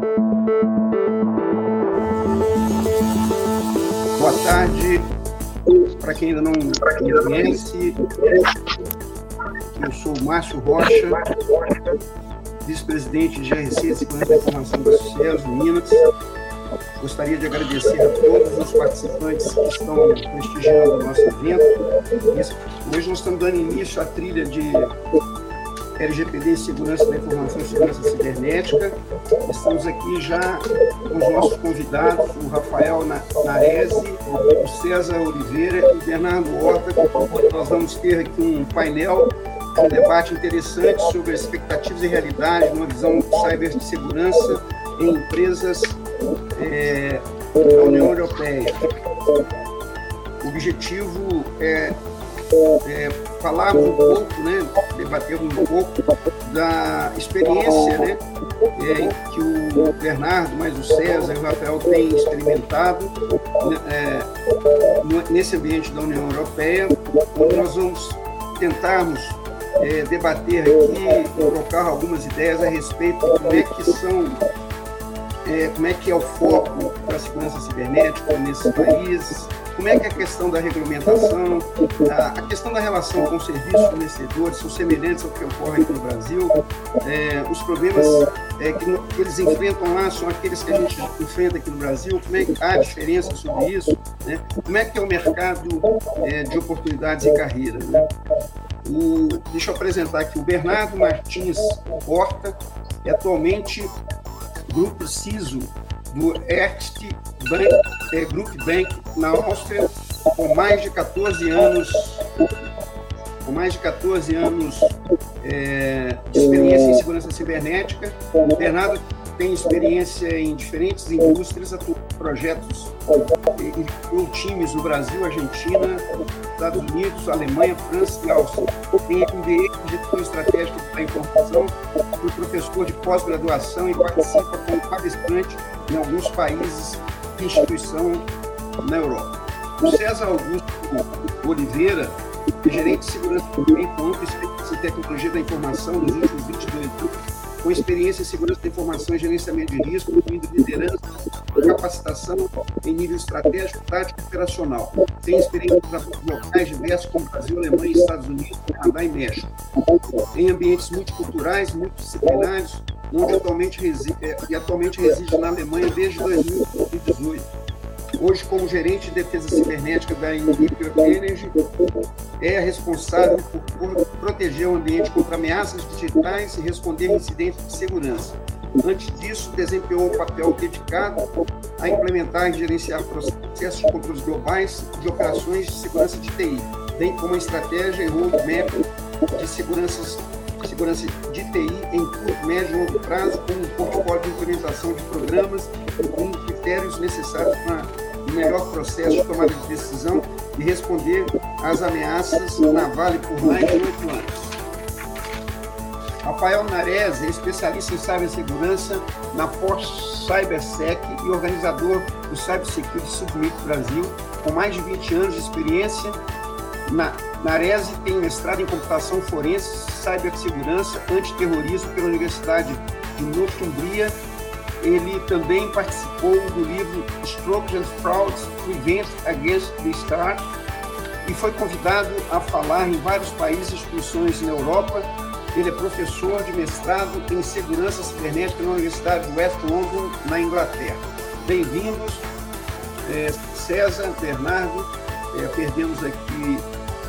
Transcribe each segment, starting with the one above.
Boa tarde. Para quem ainda não me conhece, eu sou o Márcio Rocha, vice-presidente de GRC de Segurança da Informação da SUSES, Minas. Gostaria de agradecer a todos os participantes que estão prestigiando o nosso evento. Hoje nós estamos dando início à trilha de LGPD, Segurança da Informação e Segurança Cibernética. Estamos aqui já com os nossos convidados, o Rafael Narese, o César Oliveira e o Bernardo Horta. Nós vamos ter aqui um painel, um debate interessante sobre expectativas e realidade numa visão de cibersegurança em empresas da União Europeia. O objetivo é falar um pouco, debater um pouco da experiência, que o Bernardo, mais o César e o Rafael têm experimentado nesse ambiente da União Europeia, onde nós vamos tentarmos debater aqui, colocar algumas ideias a respeito de como é que é o foco da segurança cibernética nesses países, como é que é a questão da regulamentação, a questão da relação com os serviços fornecedores são semelhantes ao que ocorre aqui no Brasil, os problemas que eles enfrentam lá são aqueles que a gente enfrenta aqui no Brasil, como é que há diferença sobre isso, como é que é o mercado de oportunidades e carreira. Deixa eu apresentar aqui o Bernardo Martins Horta, que atualmente grupo CISO do Erste Group Bank na Áustria, com mais de 14 anos de experiência em segurança cibernética. O Bernardo tem experiência em diferentes indústrias, atuou em projetos com times no Brasil, Argentina, Estados Unidos, Alemanha, França e Áustria. Tem MBA em Gestão Estratégica da Informação, foi professor de pós-graduação e participa como palestrante em alguns países de instituição na Europa. O César Augusto Oliveira é gerente de segurança também, com ampla experiência em tecnologia da informação nos últimos 22 anos, com experiência em segurança da informação e gerenciamento de risco, incluindo liderança, capacitação em nível estratégico, tático e operacional. Tem experiência em locais diversos como Brasil, Alemanha, Estados Unidos, Canadá e México. Em ambientes multiculturais, multidisciplinares, onde atualmente reside na Alemanha desde 2018. Hoje, como gerente de defesa cibernética da Nuclear Energy, é responsável por proteger o ambiente contra ameaças digitais e responder a incidentes de segurança. Antes disso, desempenhou um papel dedicado a implementar e gerenciar processos de controles globais de operações de segurança de TI, bem como a estratégia e roadmap de segurança de TI em curto, médio e longo prazo, com um portfólio de implementação de programas e com critérios necessários para o melhor processo de tomada de decisão e responder às ameaças na Vale por mais de 8 anos. Rafael Narese é especialista em cibersegurança na Force Cybersec e organizador do Cybersecurity Summit Brasil, com mais de 20 anos de experiência. Narese tem mestrado em computação forense, cibersegurança, antiterrorismo pela Universidade de Northumbria. Ele também participou do livro Structured Frauds Prevent Against the Start e foi convidado a falar em vários países e instituições na Europa. Ele é professor de mestrado em segurança cibernética na Universidade de West London, na Inglaterra. Bem-vindos, César, Bernardo. Perdemos aqui.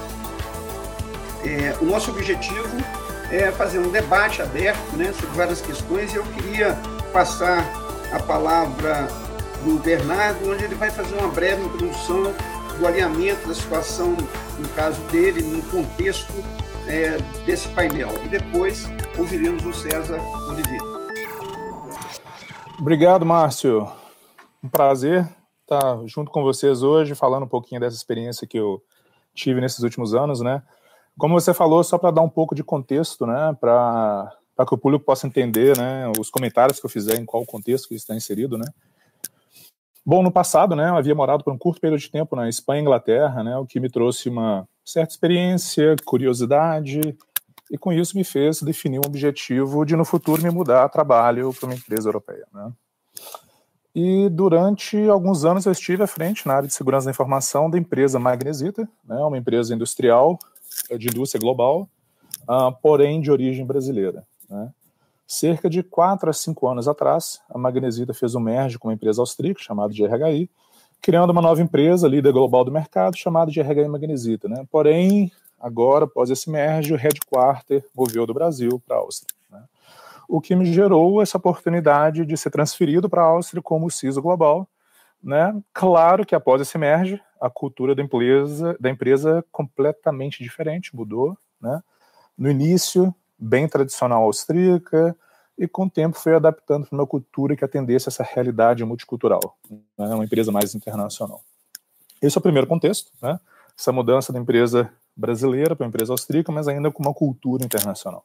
O nosso objetivo é fazer um debate aberto, sobre várias questões, e eu queria passar a palavra do Bernardo, onde ele vai fazer uma breve introdução do alinhamento da situação, no caso dele, no contexto desse painel. E depois ouviremos o César Oliveira. Obrigado, Márcio. Um prazer estar junto com vocês hoje, falando um pouquinho dessa experiência que eu tive nesses últimos anos, Como você falou, só para dar um pouco de contexto, para que o público possa entender, os comentários que eu fizer, em qual contexto que está inserido, Bom, no passado, eu havia morado por um curto período de tempo na Espanha e Inglaterra, o que me trouxe uma certa experiência, curiosidade, e com isso me fez definir um objetivo de, no futuro, me mudar a trabalho para uma empresa europeia, E durante alguns anos eu estive à frente na área de segurança da informação da empresa Magnesita, né, uma empresa industrial, de indústria global, porém de origem brasileira, né. Cerca de 4 a 5 anos atrás, a Magnesita fez um merge com uma empresa austríaca chamada de RHI, criando uma nova empresa, líder global do mercado, chamada de RHI Magnesita, né. Porém, agora, após esse merge, o headquarter moveu do Brasil para a Áustria, né. O que me gerou essa oportunidade de ser transferido para a Áustria como CISO global, né? Claro que após esse merge, a cultura da empresa completamente diferente, mudou, né? No início, bem tradicional austríaca, e com o tempo foi adaptando para uma cultura que atendesse essa realidade multicultural, né? Uma empresa mais internacional. Esse é o primeiro contexto, né? Essa mudança da empresa brasileira para uma empresa austríaca, mas ainda com uma cultura internacional.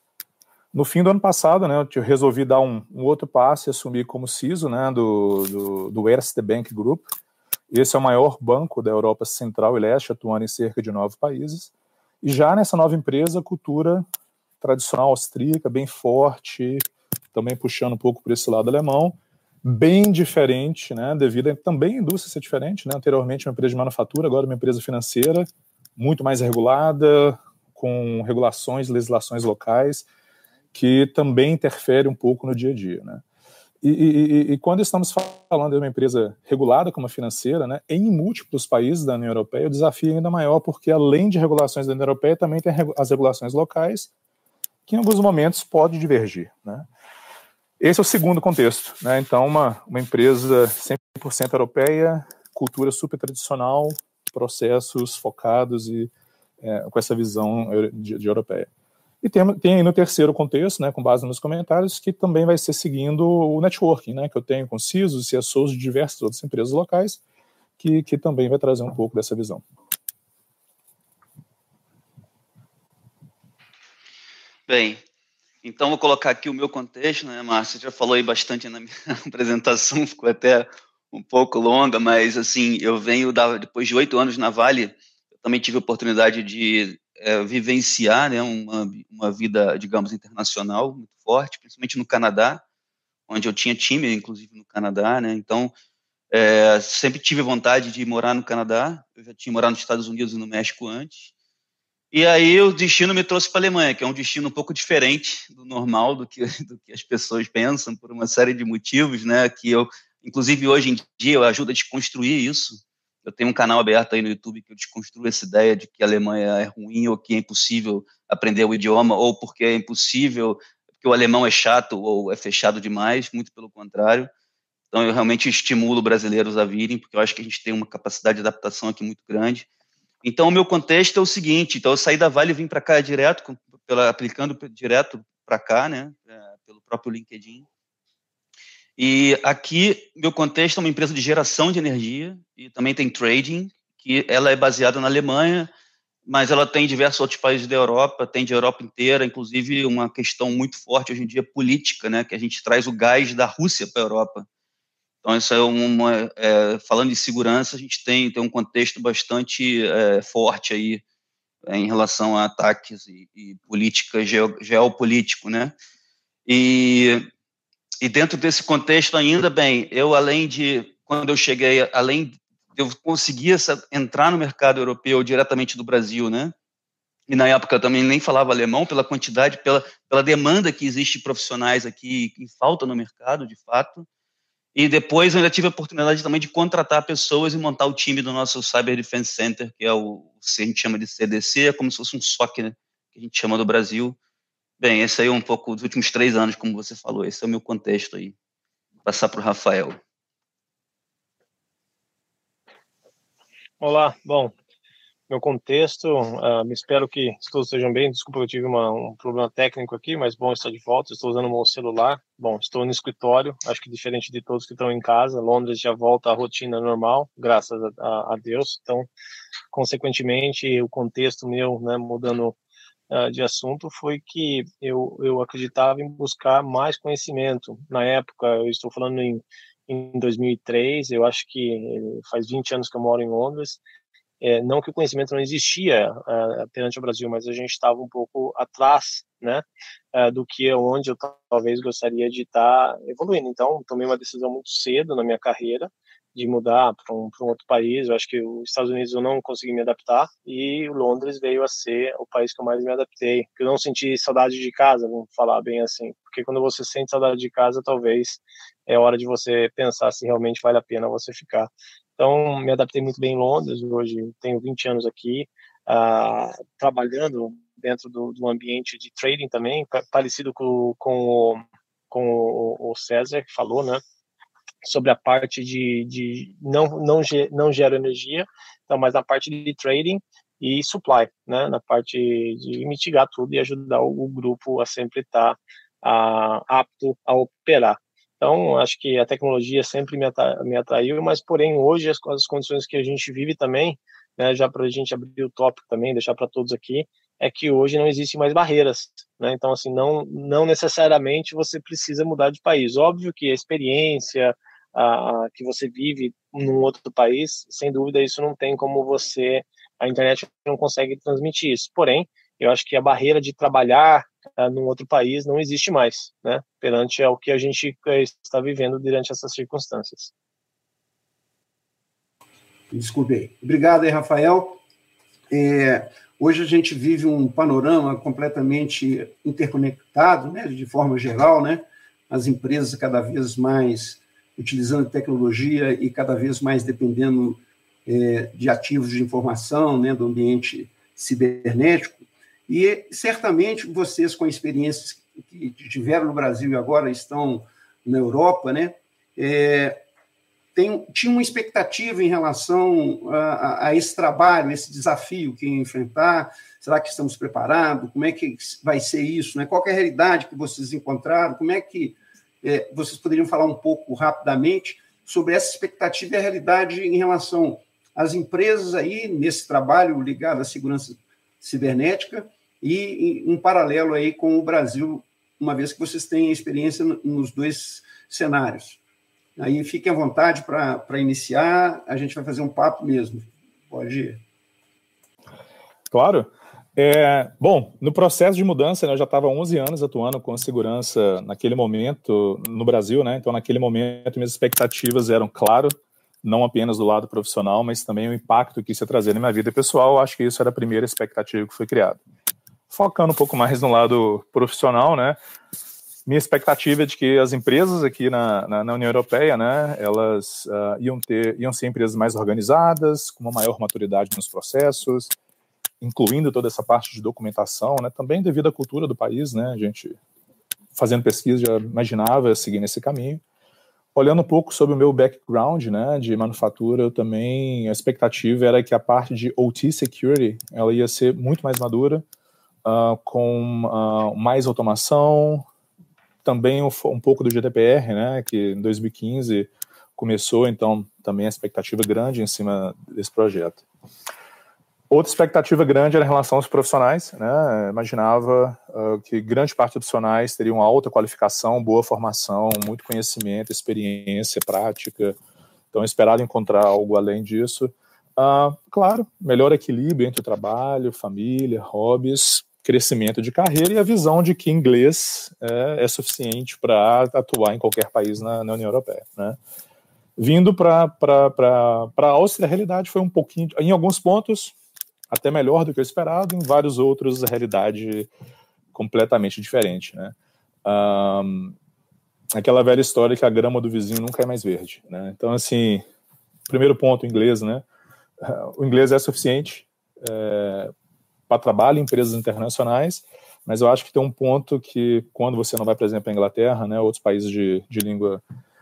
No fim do ano passado, né, eu resolvi dar um outro passo e assumir como CISO, né, do Erste Bank Group. Esse é o maior banco da Europa Central e Leste, atuando em cerca de 9 países. E já nessa nova empresa, a cultura tradicional austríaca, bem forte, também puxando um pouco para esse lado alemão, bem diferente, né, devido a também a indústria ser diferente, né, anteriormente uma empresa de manufatura, agora uma empresa financeira, muito mais regulada, com regulações, legislações locais, que também interfere um pouco no dia a dia, né? E quando estamos falando de uma empresa regulada como a financeira, né, em múltiplos países da União Europeia, o desafio é ainda maior, porque além de regulações da União Europeia, também tem as regulações locais, que em alguns momentos pode divergir, né? Esse é o segundo contexto, né? Então, uma empresa 100% europeia, cultura super tradicional, processos focados e com essa visão de europeia. E tem aí no terceiro contexto, né, com base nos comentários, que também vai ser seguindo o networking, né, que eu tenho com CISOs, CSOs de diversas outras empresas locais, que também vai trazer um pouco dessa visão. Bem, então vou colocar aqui o meu contexto, né, Márcio? Você já falou aí bastante na minha apresentação, ficou até um pouco longa, mas assim, eu venho depois de 8 anos na Vale, eu também tive a oportunidade de vivenciar, né, uma vida, digamos, internacional muito forte, principalmente no Canadá, onde eu tinha time, inclusive no Canadá, né? Então, sempre tive vontade de morar no Canadá. Eu já tinha morado nos Estados Unidos e no México antes. E aí o destino me trouxe para a Alemanha, que é um destino um pouco diferente do normal, do que as pessoas pensam, por uma série de motivos, né? Que eu, inclusive hoje em dia, eu ajudo a desconstruir isso. Eu tenho um canal aberto aí no YouTube que eu desconstruo essa ideia de que a Alemanha é ruim ou que é impossível aprender o idioma, ou porque é impossível, porque o alemão é chato ou é fechado demais, muito pelo contrário. Então eu realmente estimulo brasileiros a virem, porque eu acho que a gente tem uma capacidade de adaptação aqui muito grande. Então o meu contexto é o seguinte, então eu saí da Vale e vim para cá direto, aplicando direto para cá, né, pelo próprio LinkedIn. E aqui, meu contexto é uma empresa de geração de energia e também tem trading, que ela é baseada na Alemanha, mas ela tem diversos outros países da Europa, tem de Europa inteira, inclusive uma questão muito forte hoje em dia política, né, que a gente traz o gás da Rússia para a Europa. Então, isso é falando de segurança, a gente tem um contexto bastante forte aí em relação a ataques e política geopolítico, né? E dentro desse contexto ainda, bem, quando eu cheguei, além de eu conseguir entrar no mercado europeu diretamente do Brasil, né? E na época eu também nem falava alemão, pela quantidade, pela demanda que existe de profissionais aqui em falta no mercado, de fato. E depois eu ainda tive a oportunidade também de contratar pessoas e montar o time do nosso Cyber Defense Center, que é a gente chama de CDC, é como se fosse um SOC, né, que a gente chama do Brasil. Bem, esse aí é um pouco dos últimos 3 anos, como você falou, esse é o meu contexto aí. Vou passar para o Rafael. Olá, bom, meu contexto, me espero que todos estejam bem. Desculpa, eu tive um problema técnico aqui, mas bom estar de volta. Estou usando o meu celular. Bom, estou no escritório, acho que diferente de todos que estão em casa. Londres já volta à rotina normal, graças a Deus. Então, consequentemente, o contexto meu, né, mudando de assunto, foi que eu acreditava em buscar mais conhecimento. Na época, eu estou falando em 2003, eu acho que faz 20 anos que eu moro em Londres. Não que o conhecimento não existia perante o Brasil, mas a gente estava um pouco atrás né, do que onde eu talvez gostaria de estar evoluindo. Então, tomei uma decisão muito cedo na minha carreira de mudar para um outro país. Eu acho que os Estados Unidos eu não consegui me adaptar e Londres veio a ser o país que eu mais me adaptei. Eu não senti saudade de casa, vamos falar bem assim, porque quando você sente saudade de casa, talvez é hora de você pensar se realmente vale a pena você ficar. Então, me adaptei muito bem em Londres. Hoje tenho 20 anos aqui, trabalhando dentro do ambiente de trading também, parecido com o César que falou, né, sobre a parte de não gera energia, então, mas na parte de trading e supply, né, na parte de mitigar tudo e ajudar o grupo a sempre estar apto a operar. Então, acho que a tecnologia sempre me atraiu, mas, porém, hoje, as condições que a gente vive também, né, já para a gente abrir o tópico também, deixar para todos aqui, é que hoje não existem mais barreiras, né? Então, assim, não necessariamente você precisa mudar de país. Óbvio que a experiência que você vive num outro país, sem dúvida, isso não tem como a internet não consegue transmitir isso. Porém, eu acho que a barreira de trabalhar num outro país não existe mais, né, perante ao que a gente está vivendo durante essas circunstâncias. Desculpe. Obrigado aí, Rafael. Hoje a gente vive um panorama completamente interconectado, né, de forma geral, né, as empresas cada vez mais utilizando tecnologia e cada vez mais dependendo de ativos de informação, né, do ambiente cibernético. E, certamente, vocês, com experiências que tiveram no Brasil e agora estão na Europa, né, tinham uma expectativa em relação a esse trabalho, esse desafio que ia enfrentar. Será que estamos preparados? Como é que vai ser isso? Né? Qual é a realidade que vocês encontraram? Como é que vocês poderiam falar um pouco rapidamente sobre essa expectativa e a realidade em relação às empresas aí, nesse trabalho ligado à segurança cibernética, e um paralelo aí com o Brasil, uma vez que vocês têm experiência nos dois cenários. Aí fiquem à vontade para iniciar, a gente vai fazer um papo mesmo. Pode ir. Claro. Bom, no processo de mudança, né, eu já estava há 11 anos atuando com segurança naquele momento no Brasil, né? Então, naquele momento, minhas expectativas eram, claro, não apenas do lado profissional, mas também o impacto que isso ia trazer na minha vida pessoal. Acho que isso era a primeira expectativa que foi criada. Focando um pouco mais no lado profissional, né? Minha expectativa é de que as empresas aqui na União Europeia, né, elas iam ser empresas mais organizadas, com uma maior maturidade nos processos, incluindo toda essa parte de documentação, né, também devido à cultura do país, né, a gente, fazendo pesquisa, já imaginava seguir nesse caminho. Olhando um pouco sobre o meu background, né, de manufatura, a expectativa era que a parte de OT Security, ela ia ser muito mais madura, com mais automação, também um pouco do GDPR, né, que em 2015 começou, então também a expectativa grande em cima desse projeto. Outra expectativa grande era em relação aos profissionais, né, imaginava que grande parte dos profissionais teriam alta qualificação, boa formação, muito conhecimento, experiência, prática, então esperado encontrar algo além disso. Claro, melhor equilíbrio entre o trabalho, família, hobbies, crescimento de carreira e a visão de que inglês é suficiente para atuar em qualquer país na União Europeia, né? Vindo para a Áustria, a realidade foi um pouquinho, em alguns pontos, até melhor do que eu esperado, em vários outros, a realidade completamente diferente, né? Aquela velha história que a grama do vizinho nunca é mais verde, né? Então, assim, primeiro ponto, o inglês, né? O inglês é suficiente para trabalho em empresas internacionais, mas eu acho que tem um ponto que, quando você não vai, por exemplo, à Inglaterra, né, outros países de língua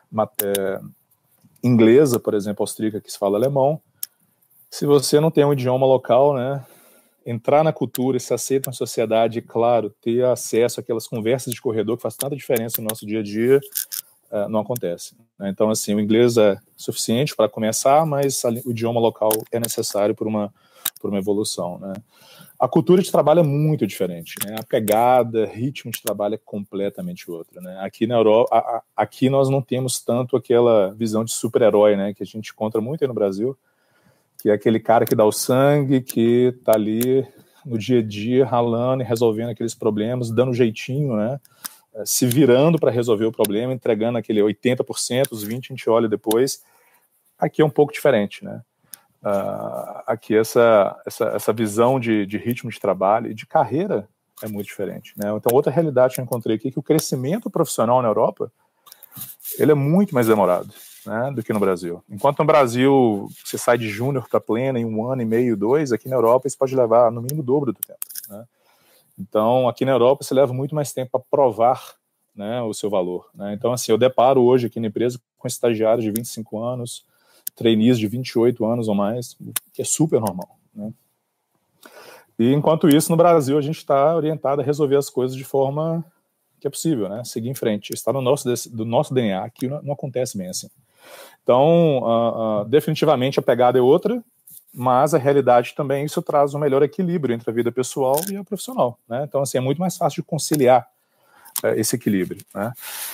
inglesa, por exemplo, austríaca, que se fala alemão, se você não tem um idioma local, né, entrar na cultura, se aceita na sociedade, claro, ter acesso àquelas conversas de corredor que faz tanta diferença no nosso dia a dia, não acontece. Né? Então, assim, o inglês é suficiente para começar, mas o idioma local é necessário por uma evolução, né? A cultura de trabalho é muito diferente, né? A pegada, ritmo de trabalho é completamente outra, né? Aqui na Europa, aqui nós não temos tanto aquela visão de super-herói, né? Que a gente encontra muito aí no Brasil, que é aquele cara que dá o sangue, que tá ali no dia a dia, ralando e resolvendo aqueles problemas, dando jeitinho, né? Se virando para resolver o problema, entregando aquele 80%, os 20% a gente olha depois. Aqui é um pouco diferente, né? Aqui essa visão de ritmo de trabalho e de carreira é muito diferente, né? Então, outra realidade que eu encontrei aqui é que o crescimento profissional na Europa, ele é muito mais demorado, né, do que no Brasil. Enquanto no Brasil você sai de júnior para plena em 1 ano e meio, 2, aqui na Europa isso pode levar no mínimo o dobro do tempo, né? Então, aqui na Europa você leva muito mais tempo para provar, né, o seu valor, né? Então, assim, eu deparo hoje aqui na empresa com estagiários de 25 anos, trainees de 28 anos ou mais, que é super normal, né? E enquanto isso, no Brasil, a gente está orientado a resolver as coisas de forma que é possível, né? Seguir em frente. Está no do nosso DNA, que não acontece bem assim. Então, definitivamente a pegada é outra, mas a realidade também, isso traz um melhor equilíbrio entre a vida pessoal e a profissional, né? Então, assim, é muito mais fácil de conciliar esse equilíbrio, né?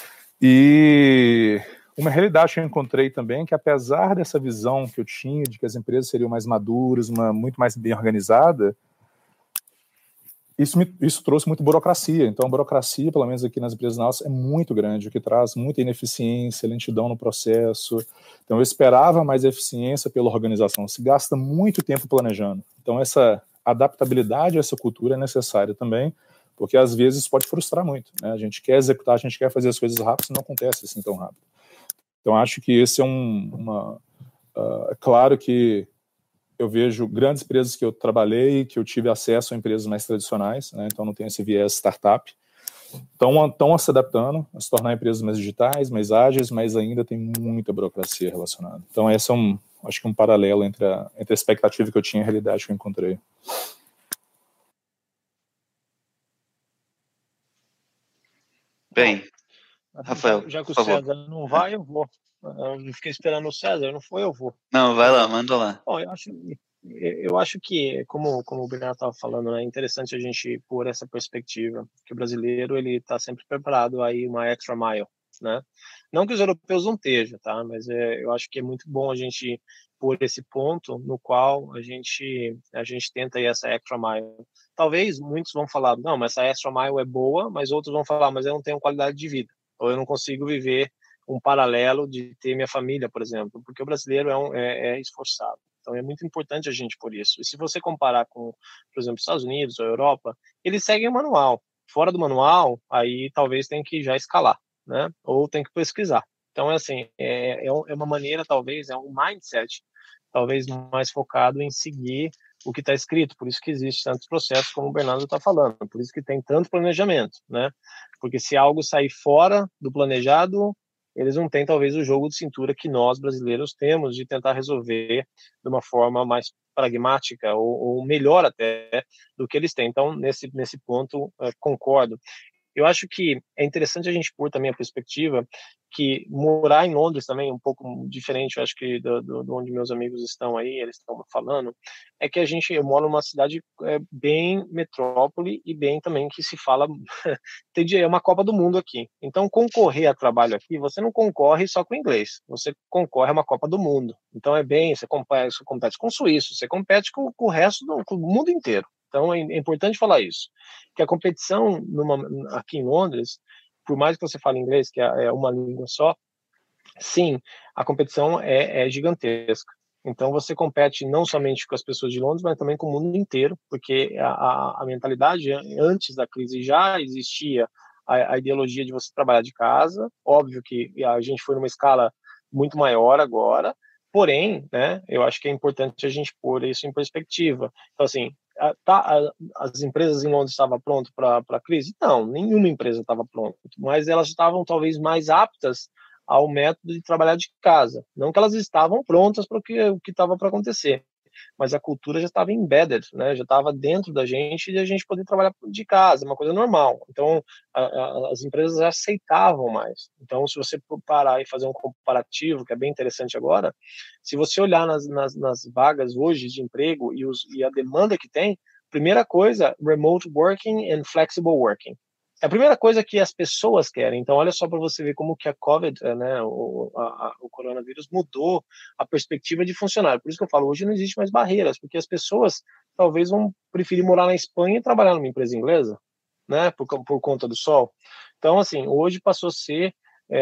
E uma realidade que eu encontrei também, que apesar dessa visão que eu tinha de que as empresas seriam mais maduras, muito mais bem organizada, isso trouxe muita burocracia. Então, a burocracia, pelo menos aqui nas empresas nossas, é muito grande, o que traz muita ineficiência, lentidão no processo. Então, eu esperava mais eficiência pela organização. Se gasta muito tempo planejando. Então, essa adaptabilidade a essa cultura é necessária também, porque às vezes pode frustrar muito, né? A gente quer executar, a gente quer fazer as coisas rápido, e não acontece assim tão rápido. Então, acho que esse é é claro que eu vejo grandes empresas que eu trabalhei, que eu tive acesso a empresas mais tradicionais, né? Então não tem esse viés startup. Estão se adaptando a se tornar empresas mais digitais, mais ágeis, mas ainda tem muita burocracia relacionada. Então esse é acho que um paralelo entre a expectativa que eu tinha e a realidade que eu encontrei. Bem, Rafael, já que o César não vai, eu vou. Eu fiquei esperando o César, não foi, eu vou. Não, vai lá, manda lá. Bom, eu acho que, como o Bernardo estava falando, né, é interessante a gente pôr essa perspectiva, que o brasileiro ele está sempre preparado aí uma extra mile, né? Não que os europeus não estejam, tá? Mas eu acho que é muito bom a gente pôr esse ponto no qual a gente tenta aí essa extra mile. Talvez muitos vão falar, não, mas essa extra mile é boa, mas outros vão falar, mas eu não tenho qualidade de vida, ou eu não consigo viver um paralelo de ter minha família, por exemplo, porque o brasileiro é esforçado. Então é muito importante a gente por isso. E se você comparar com, por exemplo, Estados Unidos ou Europa, eles seguem o manual. Fora do manual, aí talvez tem que já escalar, né? Ou tem que pesquisar. Então é assim, é uma maneira, talvez, é um mindset, talvez mais focado em seguir o que está escrito. Por isso que existe tantos processos, como o Bernardo está falando. Por isso que tem tanto planejamento, né? Porque se algo sair fora do planejado, eles não têm talvez o jogo de cintura que nós brasileiros temos de tentar resolver de uma forma mais pragmática ou melhor até do que eles têm. Então, nesse ponto, concordo. Eu acho que é interessante a gente pôr também a perspectiva que morar em Londres também é um pouco diferente, eu acho que do onde meus amigos estão aí, eles estão falando, é que eu moro numa cidade bem metrópole e bem também que se fala, é uma Copa do Mundo aqui. Então, concorrer a trabalho aqui, você não concorre só com inglês, você concorre a uma Copa do Mundo. Então, você compete com o suíço, você compete com o resto com o mundo inteiro. Então, é importante falar isso, que a competição aqui em Londres, por mais que você fale inglês, que é uma língua só, sim, a competição é gigantesca. Então, você compete não somente com as pessoas de Londres, mas também com o mundo inteiro, porque a mentalidade, antes da crise, já existia a ideologia de você trabalhar de casa. Óbvio que a gente foi numa escala muito maior agora, porém, né, eu acho que é importante a gente pôr isso em perspectiva. Então, assim, as empresas em Londres estavam prontas para a crise? Não, nenhuma empresa estava pronta, mas elas estavam talvez mais aptas ao método de trabalhar de casa. Não que elas estavam prontas para o que estava para acontecer, mas a cultura já estava embedded, né? Já estava dentro da gente e a gente poder trabalhar de casa, uma coisa normal. Então, as empresas aceitavam mais. Então, se você parar e fazer um comparativo, que é bem interessante agora, se você olhar nas vagas hoje de emprego e a demanda que tem, primeira coisa, remote working and flexible working. É a primeira coisa que as pessoas querem. Então, olha só para você ver como que a COVID, né, o coronavírus mudou a perspectiva de funcionário. Por isso que eu falo, hoje não existe mais barreiras, porque as pessoas talvez vão preferir morar na Espanha e trabalhar numa empresa inglesa, né, por conta do sol. Então, assim, hoje passou a ser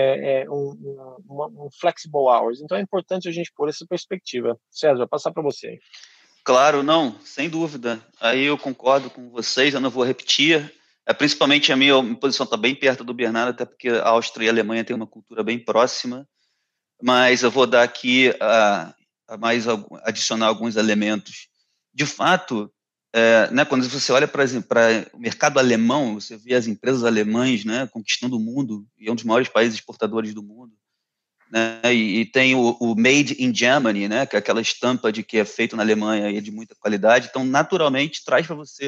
um flexible hours. Então, é importante a gente pôr essa perspectiva. César, vou passar para você. Claro, não, sem dúvida. Aí eu concordo com vocês, eu não vou repetir. Principalmente a minha posição está bem perto do Bernardo, até porque a Áustria e a Alemanha têm uma cultura bem próxima. Mas eu vou dar aqui adicionar alguns elementos. De fato, né, quando você olha para o mercado alemão, você vê as empresas alemãs, né, conquistando o mundo, e é um dos maiores países exportadores do mundo, né, e tem o Made in Germany, né, que é aquela estampa de que é feito na Alemanha e é de muita qualidade, então naturalmente traz para você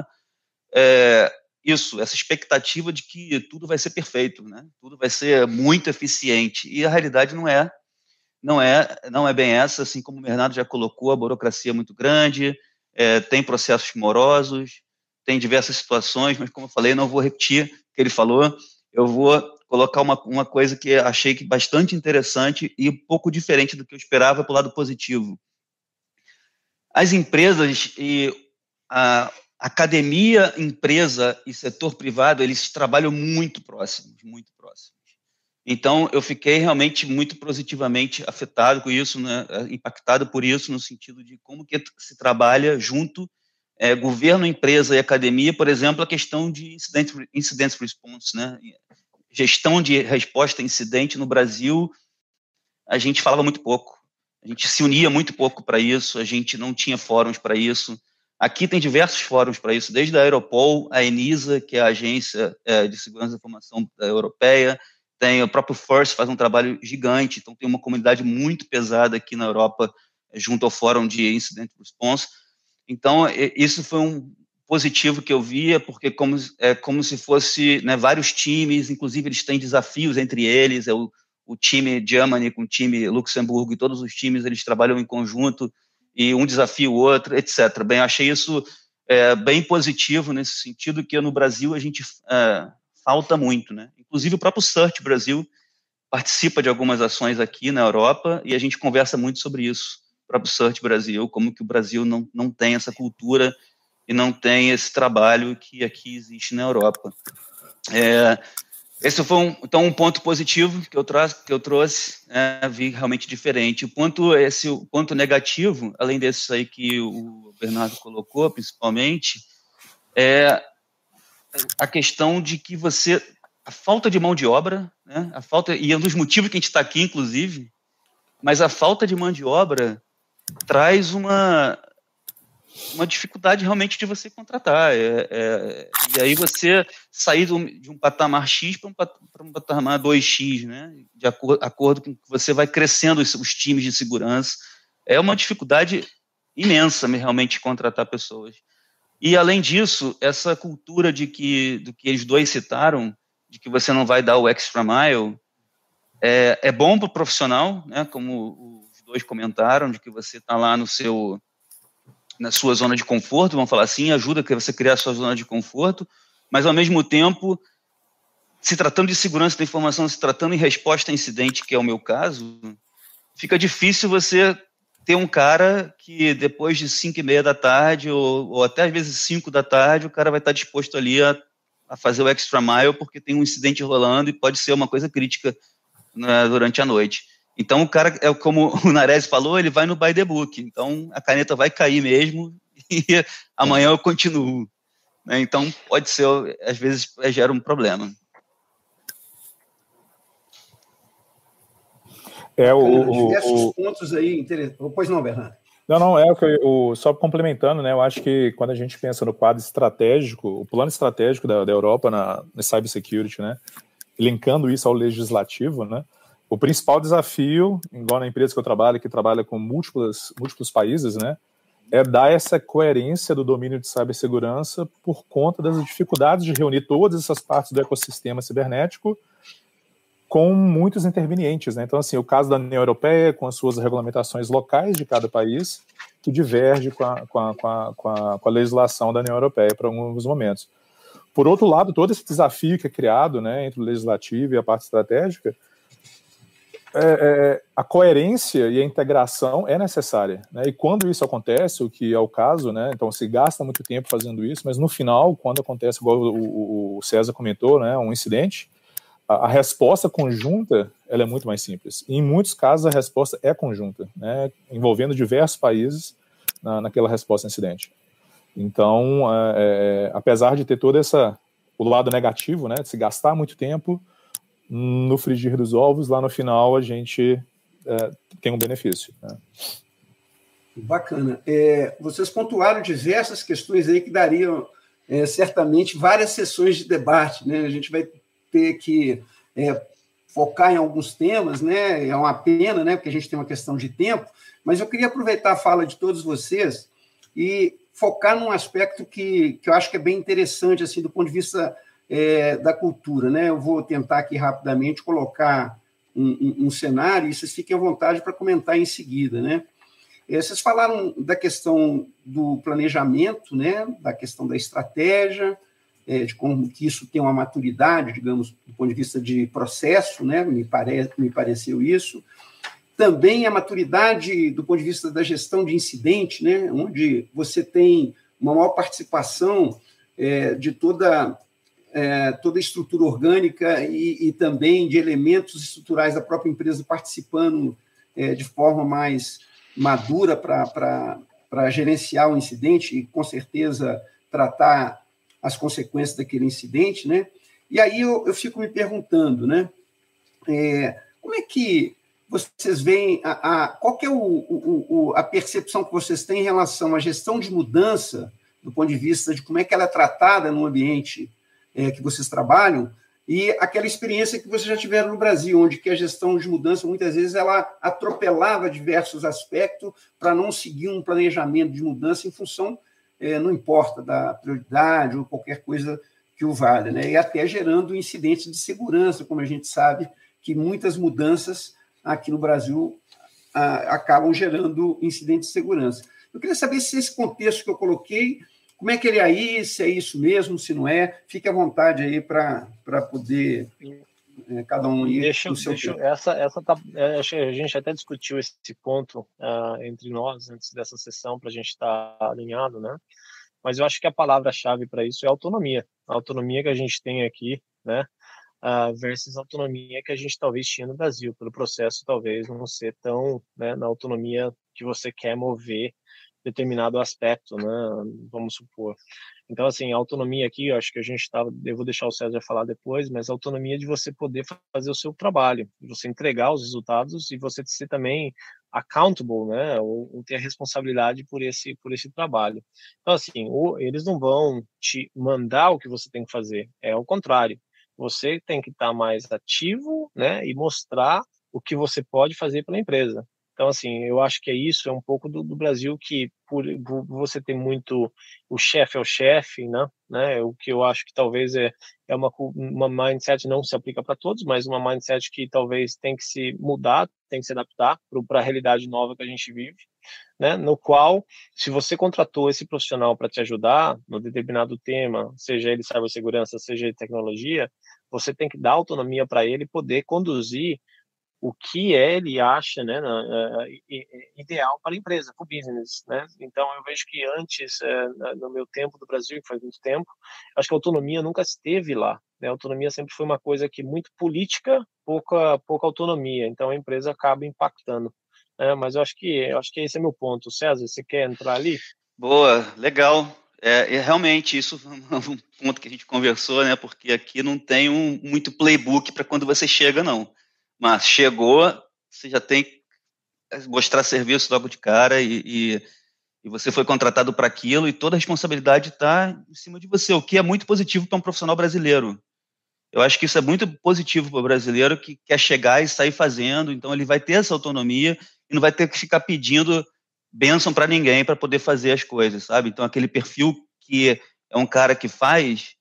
essa expectativa de que tudo vai ser perfeito, né, tudo vai ser muito eficiente, e a realidade não é bem essa, assim como o Bernardo já colocou, a burocracia é muito grande, tem processos morosos, tem diversas situações, mas como eu falei, não vou repetir o que ele falou, eu vou colocar uma coisa que achei bastante interessante e um pouco diferente do que eu esperava para o lado positivo. As empresas e a academia, empresa e setor privado, eles trabalham muito próximos, muito próximos. Então, eu fiquei realmente muito positivamente afetado com isso, né, impactado por isso, no sentido de como que se trabalha junto, governo, empresa e academia, por exemplo, a questão de incident response, né, gestão de resposta a incidente no Brasil, a gente falava muito pouco, a gente se unia muito pouco para isso, a gente não tinha fóruns para isso. Aqui tem diversos fóruns para isso, desde a Europol, a ENISA, que é a Agência de Segurança da Informação Europeia, tem o próprio FIRST, faz um trabalho gigante, então tem uma comunidade muito pesada aqui na Europa, junto ao Fórum de Incident Response. Então, isso foi um positivo que eu via, porque como se fosse, né, vários times, inclusive eles têm desafios entre eles, o time Germany com o time Luxemburgo, e todos os times eles trabalham em conjunto, e um desafia o outro, etc. Bem, eu achei isso bem positivo nesse sentido, que no Brasil a gente falta muito, né? Inclusive o próprio CERT Brasil participa de algumas ações aqui na Europa e a gente conversa muito sobre isso, o próprio CERT Brasil, como que o Brasil não tem essa cultura e não tem esse trabalho que aqui existe na Europa. Esse foi um ponto positivo que eu trouxe, vi realmente diferente. O ponto negativo, além desses aí que o Bernardo colocou, principalmente, é a questão de que a falta de mão de obra, né, e é um dos motivos que a gente está aqui, inclusive, mas a falta de mão de obra traz uma dificuldade realmente de você contratar. E aí você sair de um patamar X para um patamar 2X, né, de acordo com que você vai crescendo os times de segurança. É uma dificuldade imensa realmente contratar pessoas. E, além disso, essa cultura do que eles dois citaram, de que você não vai dar o extra mile, é bom para o profissional, né, como os dois comentaram, de que você está lá na sua zona de conforto, vamos falar assim, ajuda a você criar a sua zona de conforto, mas, ao mesmo tempo, se tratando de segurança da informação, se tratando em resposta a incidente, que é o meu caso, fica difícil você ter um cara que depois de 5:30 da tarde, ou até às vezes 5 da tarde, o cara vai estar disposto ali a fazer o extra mile porque tem um incidente rolando e pode ser uma coisa crítica, né, durante a noite. Então o cara, como o Nares falou, ele vai no by the book, então a caneta vai cair mesmo e amanhã eu continuo. Né? Então pode ser, às vezes gera um problema. Diversos pontos aí interessantes. Pois não, Bernardo? Não, só complementando, né, eu acho que quando a gente pensa no quadro estratégico, o plano estratégico da Europa na cybersecurity, né, linkando isso ao legislativo, né, o principal desafio, igual na empresa que eu trabalho, que trabalha com múltiplos países, né, é dar essa coerência do domínio de cibersegurança por conta das dificuldades de reunir todas essas partes do ecossistema cibernético com muitos intervenientes, né? Então, assim, o caso da União Europeia, com as suas regulamentações locais de cada país, que diverge com a legislação da União Europeia para alguns momentos. Por outro lado, todo esse desafio que é criado, né, entre o legislativo e a parte estratégica, a coerência e a integração é necessária, né? E quando isso acontece, o que é o caso, né? Então se gasta muito tempo fazendo isso, mas no final, quando acontece, igual o César comentou, né? Um incidente, a resposta conjunta ela é muito mais simples. E em muitos casos a resposta é conjunta, né? Envolvendo diversos países naquela resposta ao incidente. Então, apesar de ter todo o lado negativo, né? De se gastar muito tempo, no frigir dos ovos, lá no final a gente tem um benefício. Né? Bacana. Vocês pontuaram diversas questões aí que dariam certamente várias sessões de debate, né? A gente vai ter que focar em alguns temas, né? É uma pena, né? Porque a gente tem uma questão de tempo, mas eu queria aproveitar a fala de todos vocês e focar num aspecto que eu acho que é bem interessante, assim, do ponto de vista da cultura, né? Eu vou tentar aqui rapidamente colocar um cenário e vocês fiquem à vontade para comentar em seguida, né? Vocês falaram da questão do planejamento, né? Da questão da estratégia, de como que isso tem uma maturidade, digamos, do ponto de vista de processo, né? Me pareceu isso. Também a maturidade do ponto de vista da gestão de incidente, né? Onde você tem uma maior participação de toda a estrutura orgânica e também de elementos estruturais da própria empresa participando de forma mais madura para gerenciar o incidente e, com certeza, tratar as consequências daquele incidente, né? E aí eu fico me perguntando, né? Como é que vocês veem, qual que é a percepção que vocês têm em relação à gestão de mudança, do ponto de vista de como é que ela é tratada no ambiente que vocês trabalham, e aquela experiência que vocês já tiveram no Brasil, onde que a gestão de mudança, muitas vezes, ela atropelava diversos aspectos para não seguir um planejamento de mudança em função, não importa, da prioridade ou qualquer coisa que o valha, né? E até gerando incidentes de segurança, como a gente sabe que muitas mudanças aqui no Brasil acabam gerando incidentes de segurança. Eu queria saber se esse contexto que eu coloquei, como é que ele é aí, se é isso mesmo, se não é. Fique à vontade aí para poder cada um ir no seu tempo. A gente até discutiu esse ponto entre nós antes dessa sessão para a gente estar alinhado, né? Mas eu acho que a palavra-chave para isso é autonomia. A autonomia que a gente tem aqui, né? Versus a autonomia que a gente talvez tinha no Brasil, pelo processo talvez não ser tão, né, na autonomia que você quer mover determinado aspecto, né, vamos supor. Então, assim, a autonomia aqui, eu acho que eu vou deixar o César falar depois, mas a autonomia de você poder fazer o seu trabalho, de você entregar os resultados e você ser também accountable, né, ou ter a responsabilidade por esse trabalho. Então, assim, eles não vão te mandar o que você tem que fazer, é o contrário. Você tem que estar mais ativo, né, e mostrar o que você pode fazer pela empresa. Então, assim, eu acho que isso é um pouco do Brasil, que por você ter muito o chefe é o chefe, né? O que eu acho que talvez é uma mindset, não se aplica para todos, mas uma mindset que talvez tem que se mudar, tem que se adaptar para a realidade nova que a gente vive, né? No qual, se você contratou esse profissional para te ajudar no determinado tema, seja ele cibersegurança, seja ele tecnologia, você tem que dar autonomia para ele poder conduzir o que ele acha, né, ideal para a empresa, para o business, né? Então, eu vejo que antes, no meu tempo do Brasil, que faz muito tempo, acho que a autonomia nunca esteve lá, né? A autonomia sempre foi uma coisa que muito política, pouca autonomia. Então, a empresa acaba impactando. Mas eu acho que esse é meu ponto. César, você quer entrar ali? Boa, legal. Realmente, isso foi um ponto que a gente conversou, né? Porque aqui não tem muito playbook para quando você chega, não. Mas chegou, você já tem que mostrar serviço logo de cara e você foi contratado para aquilo e toda a responsabilidade está em cima de você, o que é muito positivo para um profissional brasileiro. Eu acho que isso é muito positivo para o brasileiro que quer chegar e sair fazendo, então ele vai ter essa autonomia e não vai ter que ficar pedindo bênção para ninguém para poder fazer as coisas, sabe? Então aquele perfil que é um cara que faz,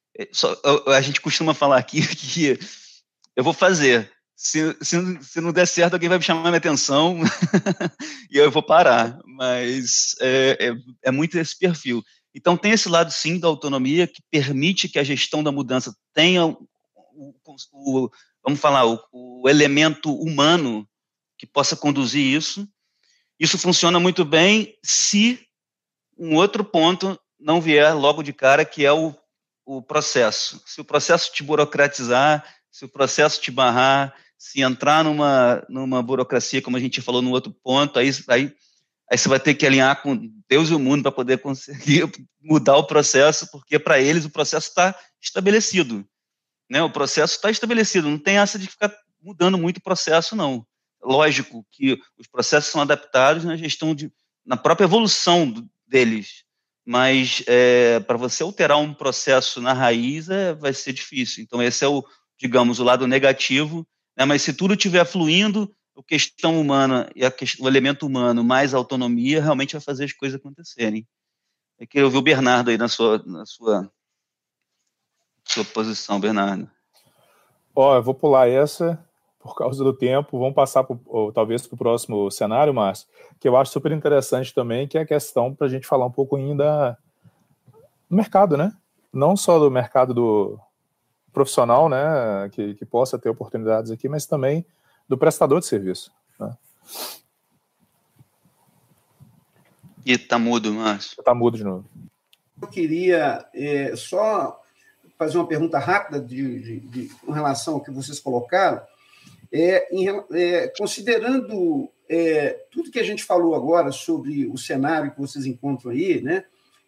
a gente costuma falar aqui que eu vou fazer. Se não der certo, alguém vai me chamar minha atenção e eu vou parar. Mas é muito esse perfil. Então, tem esse lado, sim, da autonomia, que permite que a gestão da mudança tenha vamos falar, o elemento humano que possa conduzir isso. Isso funciona muito bem se um outro ponto não vier logo de cara, que é o processo. Se o processo te burocratizar, se o processo te barrar, se entrar numa burocracia, como a gente falou no outro ponto, aí você vai ter que alinhar com Deus e o mundo para poder conseguir mudar o processo, porque para eles o processo está estabelecido. Né? O processo está estabelecido, não tem essa de ficar mudando muito o processo, não. Lógico que os processos são adaptados na gestão na própria evolução deles, mas para você alterar um processo na raiz vai ser difícil. Então esse é digamos, o lado negativo, né? Mas se tudo estiver fluindo, a questão humana e o elemento humano mais autonomia realmente vai fazer as coisas acontecerem. É que eu vi o Bernardo aí na sua posição, Bernardo. Eu vou pular essa por causa do tempo. Vamos passar talvez para o próximo cenário, Márcio, que eu acho super interessante também, que é a questão para a gente falar um pouco ainda do mercado, né? Não só do mercado do profissional, né, que possa ter oportunidades aqui, mas também do prestador de serviço. Né? E tá mudo, Márcio. Tá mudo de novo. Eu queria só fazer uma pergunta rápida com relação ao que vocês colocaram. Considerando tudo que a gente falou agora sobre o cenário que vocês encontram aí, né,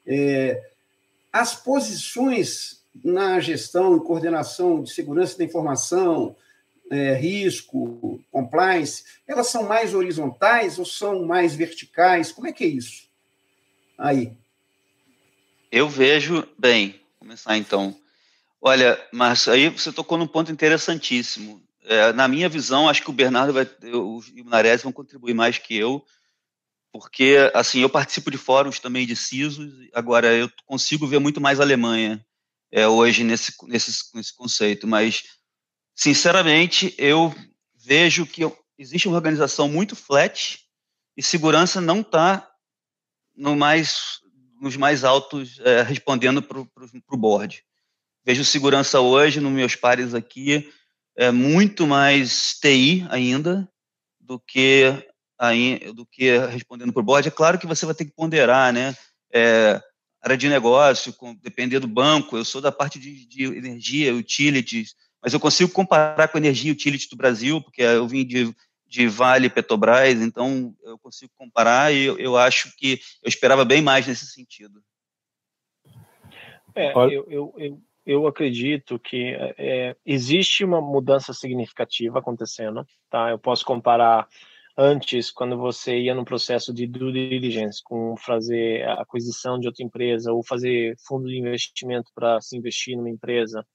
as posições na gestão e coordenação de segurança da informação, risco, compliance, elas são mais horizontais ou são mais verticais? Como é que é isso aí? Eu vejo, bem, vou começar então. Olha, Márcio, aí você tocou num ponto interessantíssimo. Na minha visão, acho que o Bernardo e o Nares vão contribuir mais que eu, porque, assim, eu participo de fóruns também de CISOs, agora eu consigo ver muito mais a Alemanha hoje nesse conceito, mas, sinceramente, eu vejo que existe uma organização muito flat e segurança não está nos mais altos respondendo para o board. Vejo segurança hoje, nos meus pares aqui, muito mais TI ainda do que respondendo por board. É claro que você vai ter que ponderar, né? Área de negócio, depender do banco. Eu sou da parte de energia, utilities, mas eu consigo comparar com a energia e utility do Brasil, porque eu vim de Vale, Petrobras, então eu consigo comparar e eu acho que eu esperava bem mais nesse sentido. Eu acredito que existe uma mudança significativa acontecendo, tá? Eu posso comparar antes, quando você ia no processo de due diligence, com fazer a aquisição de outra empresa, ou fazer fundo de investimento para se investir numa empresa,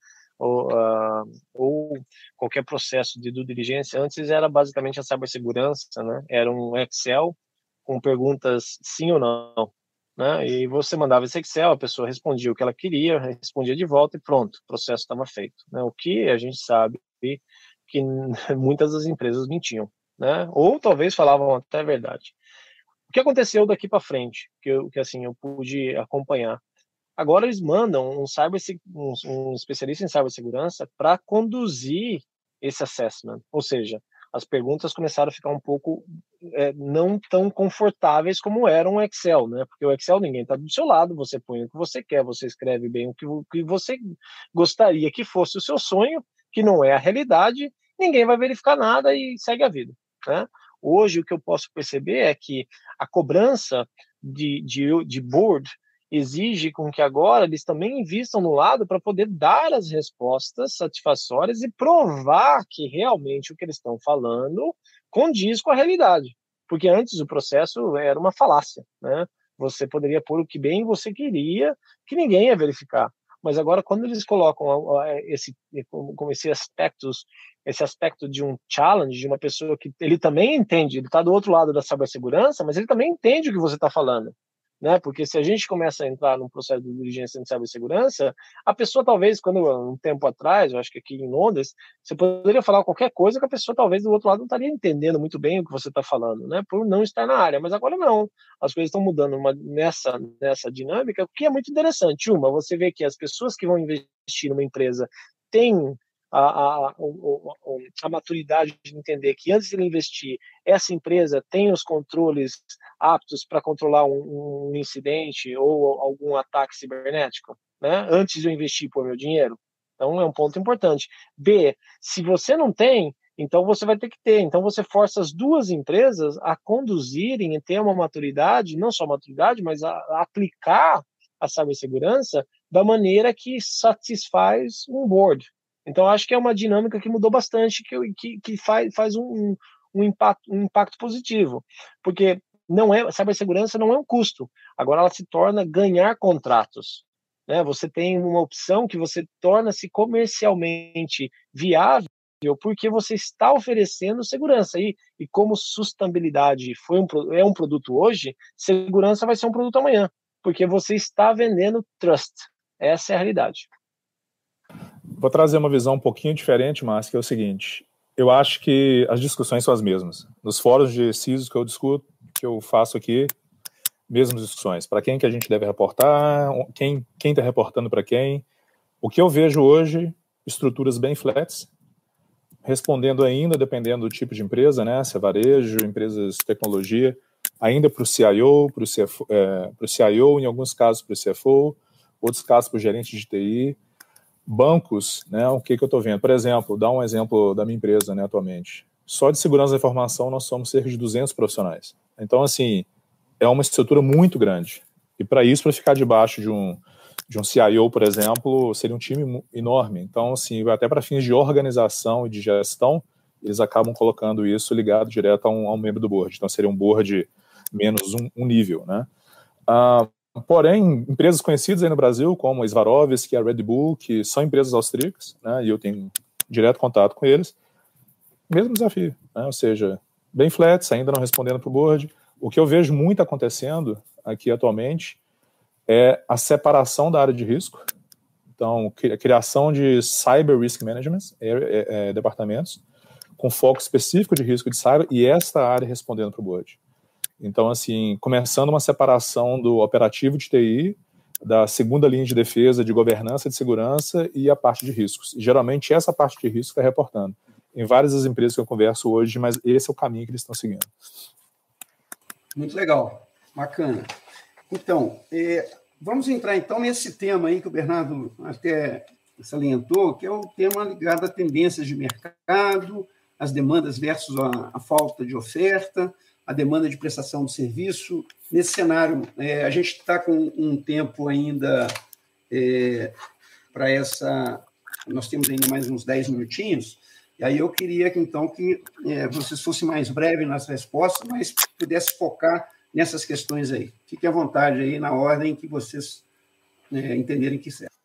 ou qualquer processo de due diligence, antes era basicamente a cibersegurança, né? Era um Excel com perguntas sim ou não. Né? E você mandava esse Excel, a pessoa respondia o que ela queria, respondia de volta e pronto, o processo estava feito. Né? O que a gente sabe que muitas das empresas mentiam, né? Ou talvez falavam até a verdade. O que aconteceu daqui para frente, que assim, eu pude acompanhar? Agora eles mandam um especialista em cibersegurança para conduzir esse assessment, ou seja, as perguntas começaram a ficar um pouco não tão confortáveis como era um Excel, né? Porque o Excel ninguém está do seu lado, você põe o que você quer, você escreve bem o que você gostaria que fosse o seu sonho, que não é a realidade, ninguém vai verificar nada e segue a vida, né? Hoje o que eu posso perceber é que a cobrança de board exige com que agora eles também invistam no lado para poder dar as respostas satisfatórias e provar que realmente o que eles estão falando condiz com a realidade. Porque antes o processo era uma falácia, né? Você poderia pôr o que bem você queria, que ninguém ia verificar. Mas agora, quando eles colocam esse aspecto de um challenge, de uma pessoa que ele também entende, ele está do outro lado da cibersegurança, mas ele também entende o que você está falando. Né? Porque se a gente começa a entrar num processo de diligência de cibersegurança, a pessoa talvez, um tempo atrás, eu acho que aqui em Londres, você poderia falar qualquer coisa que a pessoa talvez do outro lado não estaria entendendo muito bem o que você está falando, né? Por não estar na área, mas agora não. As coisas estão mudando nessa dinâmica, o que é muito interessante. Você vê que as pessoas que vão investir numa empresa têm a maturidade de entender que antes de ele investir, essa empresa tem os controles aptos para controlar um incidente ou algum ataque cibernético, né? Antes de eu investir por meu dinheiro. Então, é um ponto importante. B, se você não tem, então você vai ter que ter. Então, você força as duas empresas a conduzirem e ter uma maturidade, não só maturidade, mas a aplicar a cibersegurança da maneira que satisfaz um board. Então, acho que é uma dinâmica que mudou bastante, que faz um impacto positivo. Porque cibersegurança não é um custo. Agora ela se torna ganhar contratos. Né? Você tem uma opção que você torna-se comercialmente viável porque você está oferecendo segurança. E como sustentabilidade é um produto hoje, segurança vai ser um produto amanhã. Porque você está vendendo trust. Essa é a realidade. Vou trazer uma visão um pouquinho diferente, mas que é o seguinte: eu acho que as discussões são as mesmas. Nos fóruns de CISO que eu discuto, que eu faço aqui, mesmas discussões. Para quem que a gente deve reportar, quem está reportando para quem. O que eu vejo hoje, estruturas bem flats, respondendo ainda, dependendo do tipo de empresa, né? Se é varejo, empresas de tecnologia, ainda para o CIO, para o CIO, em alguns casos para o CFO, outros casos para o gerente de TI. Bancos, né, o que eu estou vendo? Por exemplo, dar um exemplo da minha empresa, né, atualmente. Só de segurança da informação nós somos cerca de 200 profissionais. Então, assim, é uma estrutura muito grande. E para isso, para ficar debaixo de um CIO, por exemplo, seria um time enorme. Então, assim, até para fins de organização e de gestão, eles acabam colocando isso ligado direto a um membro do board. Então, seria um board menos um nível, né? Porém, empresas conhecidas aí no Brasil, como a Swarovski, a Red Bull, que são empresas austríacas, né, e eu tenho direto contato com eles, mesmo desafio, né, ou seja, bem flats, ainda não respondendo para o board. O que eu vejo muito acontecendo aqui atualmente é a separação da área de risco, então, a criação de Cyber Risk Management, departamentos, com foco específico de risco de cyber, e esta área respondendo para o board. Então, assim, começando uma separação do operativo de TI, da segunda linha de defesa, de governança de segurança e a parte de riscos. E, geralmente, essa parte de risco está reportando. Em várias das empresas que eu converso hoje, mas esse é o caminho que eles estão seguindo. Muito legal, bacana. Então, vamos entrar, então, nesse tema aí que o Bernardo até salientou, que é o tema ligado a tendências de mercado, as demandas versus a falta de oferta, a demanda de prestação de serviço. Nesse cenário, a gente está com um tempo ainda para essa... Nós temos ainda mais uns 10 minutinhos, e aí eu queria, então, que vocês fossem mais breves nas respostas, mas pudessem focar nessas questões aí. Fiquem à vontade aí, na ordem que vocês entenderem que serve.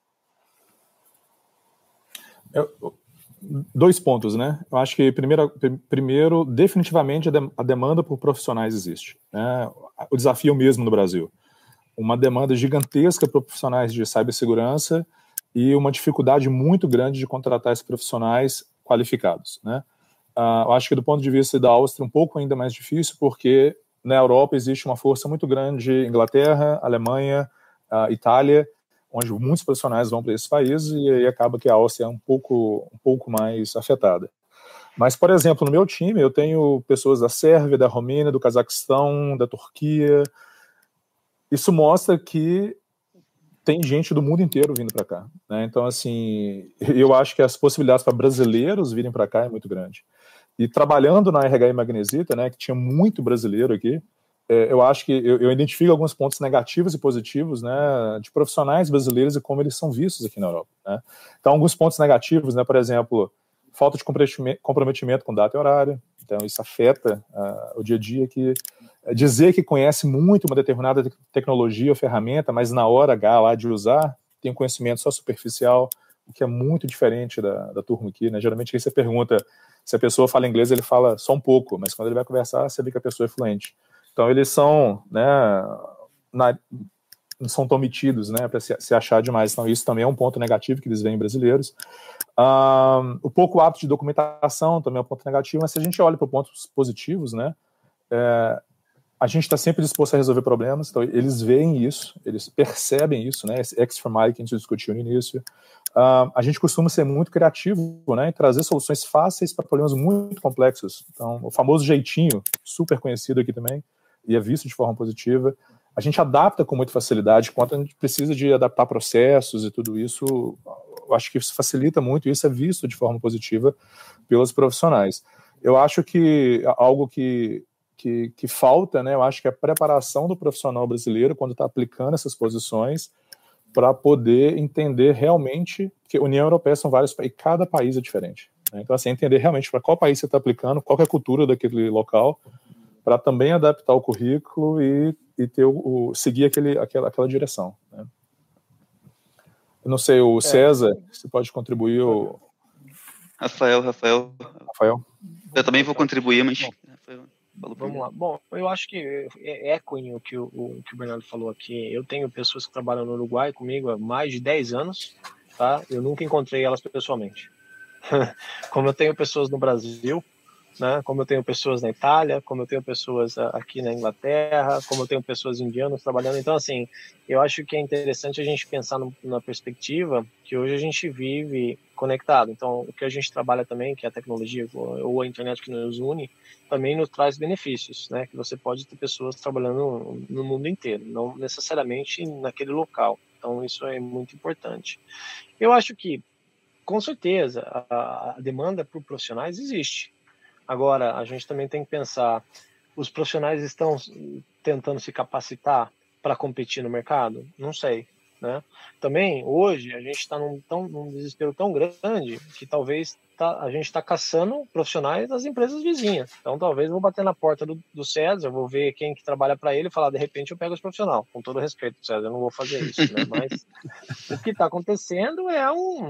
Dois pontos, né? Eu acho que, primeiro definitivamente, a demanda por profissionais existe, né? O desafio mesmo no Brasil. Uma demanda gigantesca por profissionais de cibersegurança e uma dificuldade muito grande de contratar esses profissionais qualificados, né? Eu acho que, do ponto de vista da Áustria, um pouco ainda mais difícil, porque na Europa existe uma força muito grande, Inglaterra, Alemanha, Itália, onde muitos profissionais vão para esses países, e aí acaba que a Áustria é um pouco mais afetada. Mas, por exemplo, no meu time, eu tenho pessoas da Sérvia, da Romênia, do Cazaquistão, da Turquia. Isso mostra que tem gente do mundo inteiro vindo para cá, né? Então, assim, eu acho que as possibilidades para brasileiros virem para cá é muito grande. E trabalhando na RH Magnesita, né, que tinha muito brasileiro aqui, eu acho que eu identifico alguns pontos negativos e positivos, né, de profissionais brasileiros e como eles são vistos aqui na Europa, né? Então, alguns pontos negativos, né, por exemplo, falta de comprometimento com data e horário. Então, isso afeta o dia a dia. Dizer que conhece muito uma determinada tecnologia ou ferramenta, mas na hora H lá de usar, tem um conhecimento só superficial, o que é muito diferente da turma aqui, né? Geralmente, aí você pergunta se a pessoa fala inglês, ele fala só um pouco, mas quando ele vai conversar, você vê que a pessoa é fluente. Então, eles são, né, não são tão metidos, né, para se achar demais. Então, isso também é um ponto negativo que eles veem em brasileiros. O pouco hábito de documentação também é um ponto negativo, mas se a gente olha para pontos positivos, né, a gente está sempre disposto a resolver problemas, então eles veem isso, eles percebem isso, né, esse extra mile que a gente discutiu no início. a gente costuma ser muito criativo, né, e trazer soluções fáceis para problemas muito complexos. Então, o famoso jeitinho, super conhecido aqui também, e é visto de forma positiva. A gente adapta com muita facilidade, quando a gente precisa de adaptar processos e tudo isso, eu acho que isso facilita muito, e isso é visto de forma positiva pelos profissionais. Eu acho que algo que falta, né, eu acho que é a preparação do profissional brasileiro quando está aplicando essas posições, para poder entender realmente, porque a União Europeia são vários países, e cada país é diferente, né? Então, assim, entender realmente para qual país você está aplicando, qual é a cultura daquele local, para também adaptar o currículo e ter seguir aquela direção, né? Eu não sei, o César, você pode contribuir? Rafael. Eu também vou contribuir, mas... Vamos lá. Bom, eu acho que eco o que o Bernardo falou aqui. Eu tenho pessoas que trabalham no Uruguai comigo há mais de 10 anos, tá? Eu nunca encontrei elas pessoalmente. Como eu tenho pessoas no Brasil, né? Como eu tenho pessoas na Itália, como eu tenho pessoas aqui na Inglaterra, como eu tenho pessoas indianas trabalhando. Então, assim, eu acho que é interessante a gente pensar na perspectiva que hoje a gente vive conectado. Então, o que a gente trabalha também, que é a tecnologia ou a internet que nos une, também nos traz benefícios, né? Que você pode ter pessoas trabalhando no mundo inteiro, não necessariamente naquele local. Então, isso é muito importante. Eu acho que, com certeza, a demanda por profissionais existe. Agora, a gente também tem que pensar, os profissionais estão tentando se capacitar para competir no mercado? Não sei, né? Também, hoje, a gente está num desespero tão grande que talvez a gente está caçando profissionais das empresas vizinhas. Então, talvez eu vou bater na porta do César, vou ver quem que trabalha para ele e falar, de repente, eu pego esse profissional. Com todo respeito, César, eu não vou fazer isso, né? Mas o que está acontecendo é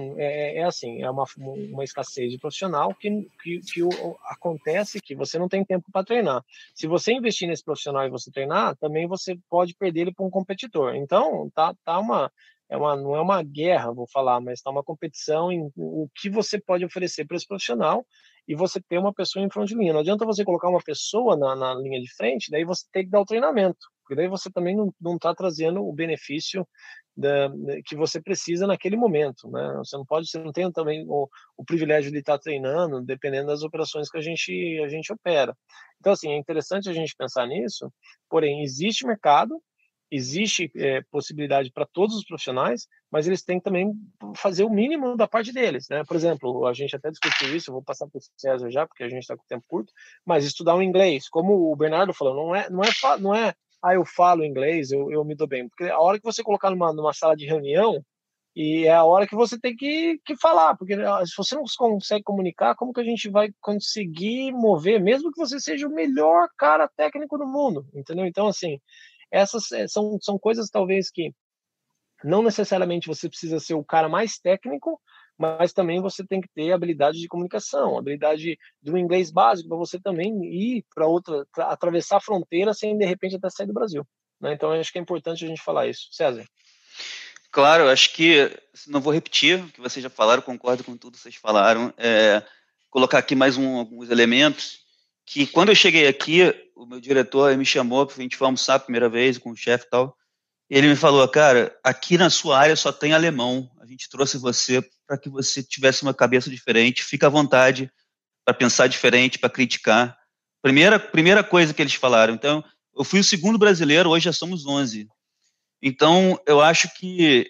uma escassez de profissional que acontece que você não tem tempo para treinar. Se você investir nesse profissional e você treinar, também você pode perder ele para um competidor. Então, não é uma guerra, vou falar, mas está uma competição em o que você pode oferecer para esse profissional e você ter uma pessoa em front de linha. Não adianta você colocar uma pessoa na linha de frente, daí você tem que dar o treinamento, porque daí você também não está trazendo o benefício que você precisa naquele momento, né? Você não tem também o privilégio de estar treinando, dependendo das operações que a gente opera. Então, assim, é interessante a gente pensar nisso, porém, existe mercado, existe possibilidade para todos os profissionais, mas eles têm que também fazer o mínimo da parte deles, né? Por exemplo, a gente até discutiu isso, eu vou passar para o César já, porque a gente está com tempo curto, mas estudar o inglês, como o Bernardo falou, não é eu falo inglês, eu me dou bem, porque a hora que você colocar numa sala de reunião, e é a hora que você tem que falar, porque se você não consegue comunicar, como que a gente vai conseguir mover, mesmo que você seja o melhor cara técnico do mundo, entendeu? Então, assim, essas são coisas talvez que não necessariamente você precisa ser o cara mais técnico, mas também você tem que ter habilidade de comunicação, habilidade do inglês básico para você também ir para outra, atravessar a fronteira sem de repente até sair do Brasil, né? Então eu acho que é importante a gente falar isso. César? Claro, acho que não vou repetir o que vocês já falaram, concordo com tudo que vocês falaram. Colocar aqui mais alguns elementos que quando eu cheguei aqui, o meu diretor me chamou para a gente almoçar a primeira vez com o chefe e tal. E ele me falou, cara, aqui na sua área só tem alemão. A gente trouxe você para que você tivesse uma cabeça diferente. Fica à vontade para pensar diferente, para criticar. Primeira coisa que eles falaram. Então, eu fui o segundo brasileiro, hoje já somos 11. Então, eu acho que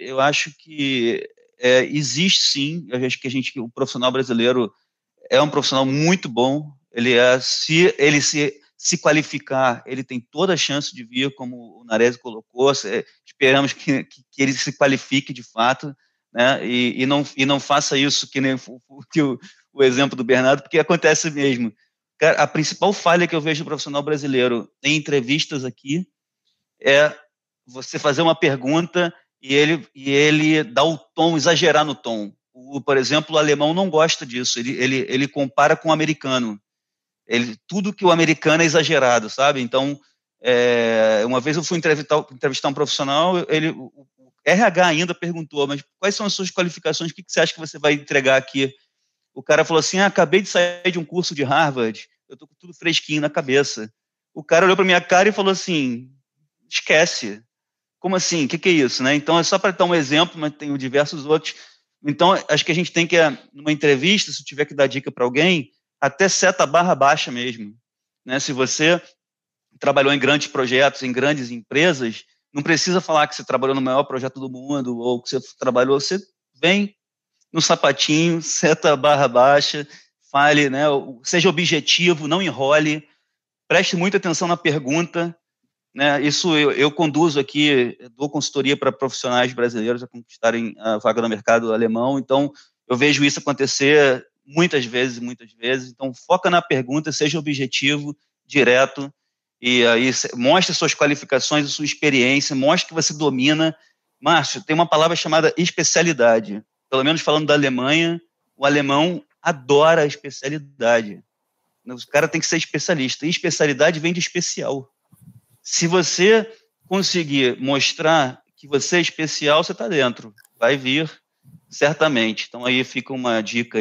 existe sim. Eu acho que o profissional brasileiro é um profissional muito bom. Se ele se qualificar, ele tem toda a chance de vir, como o Nares colocou. Esperamos que ele se qualifique de fato, né? E não faça isso que nem o exemplo do Bernardo, porque acontece mesmo. Cara, a principal falha que eu vejo no profissional brasileiro em entrevistas aqui é você fazer uma pergunta e ele dá o tom, exagerar no tom. Por exemplo, o alemão não gosta disso, ele compara com o americano. Tudo que o americano é exagerado, sabe? Então, uma vez eu fui entrevistar um profissional, o RH ainda perguntou, mas quais são as suas qualificações, o que você acha que você vai entregar aqui? O cara falou assim, acabei de sair de um curso de Harvard, eu tô com tudo fresquinho na cabeça. O cara olhou para minha cara e falou assim, esquece. Como assim? O que é isso? Né? Então, é só para dar um exemplo, mas tenho diversos outros. Então, acho que a gente tem que, numa entrevista, se tiver que dar dica para alguém, até seta a barra baixa mesmo, né? Se você trabalhou em grandes projetos, em grandes empresas, não precisa falar que você trabalhou no maior projeto do mundo ou que você trabalhou, você vem no sapatinho, seta a barra baixa, fale, né? Seja objetivo, não enrole, preste muita atenção na pergunta, né? Isso eu conduzo aqui, dou consultoria para profissionais brasileiros a conquistarem a vaga no mercado alemão, então eu vejo isso acontecer muitas vezes, então foca na pergunta, seja objetivo, direto, e aí mostre suas qualificações, sua experiência, mostre que você domina. Márcio, tem uma palavra chamada especialidade, pelo menos falando da Alemanha, o alemão adora a especialidade, o cara tem que ser especialista, e especialidade vem de especial. Se você conseguir mostrar que você é especial, você está dentro. Vai vir, certamente. Então, aí fica uma dica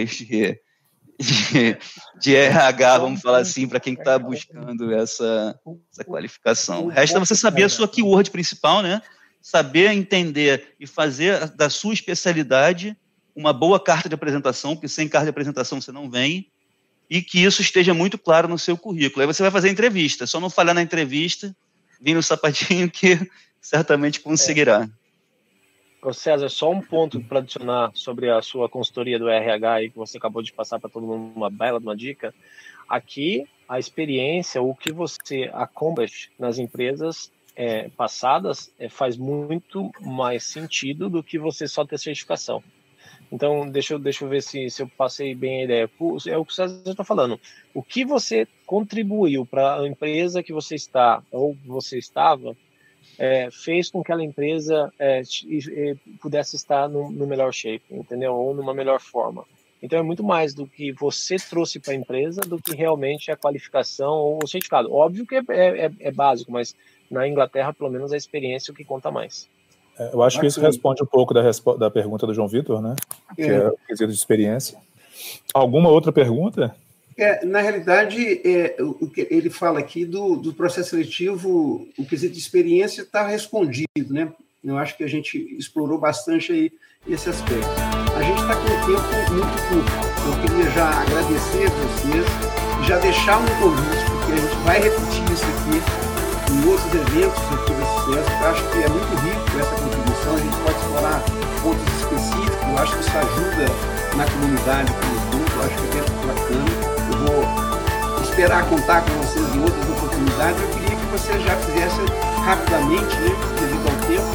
de RH, vamos falar assim, para quem está buscando essa qualificação. Resta você saber a sua keyword principal, né? Saber entender e fazer da sua especialidade uma boa carta de apresentação, porque sem carta de apresentação você não vem, e que isso esteja muito claro no seu currículo. Aí você vai fazer a entrevista. Só não falhar na entrevista, vir no sapatinho que certamente conseguirá. Ô César, só um ponto para adicionar sobre a sua consultoria do RH aí, que você acabou de passar para todo mundo uma bela de uma dica. Aqui, a experiência, o que você accomplish nas empresas passadas faz muito mais sentido do que você só ter certificação. Então, deixa eu ver se eu passei bem a ideia. É o que o César está falando. O que você contribuiu para a empresa que você está, ou você estava, fez com que aquela empresa pudesse estar no melhor shape, entendeu? Ou numa melhor forma. Então, é muito mais do que você trouxe para a empresa do que realmente a qualificação ou o certificado. Óbvio que é básico, mas na Inglaterra, pelo menos, a experiência é o que conta mais. Eu acho que isso responde um pouco da pergunta do João Vitor, né? Que é o quesito de experiência. Alguma outra pergunta? Na realidade, o que ele fala aqui do processo seletivo, o quesito de experiência está respondido, né? Eu acho que a gente explorou bastante aí esse aspecto. A gente está com um tempo muito curto. Eu queria já agradecer a vocês e já deixar um convite, porque a gente vai repetir isso aqui em outros eventos aqui da Sucesso. Eu acho que é muito rico essa contribuição, a gente pode explorar pontos específicos, eu acho que isso ajuda na comunidade como um todo, eu acho que é bem bacana. Eu vou esperar contar com vocês em outras oportunidades. Eu queria que você já fizesse rapidamente, né, devido ao tempo,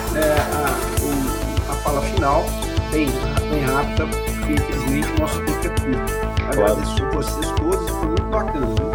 a fala final, bem rápida, porque infelizmente o nosso tempo é curto. Agradeço a vocês todos, foi muito bacana, né?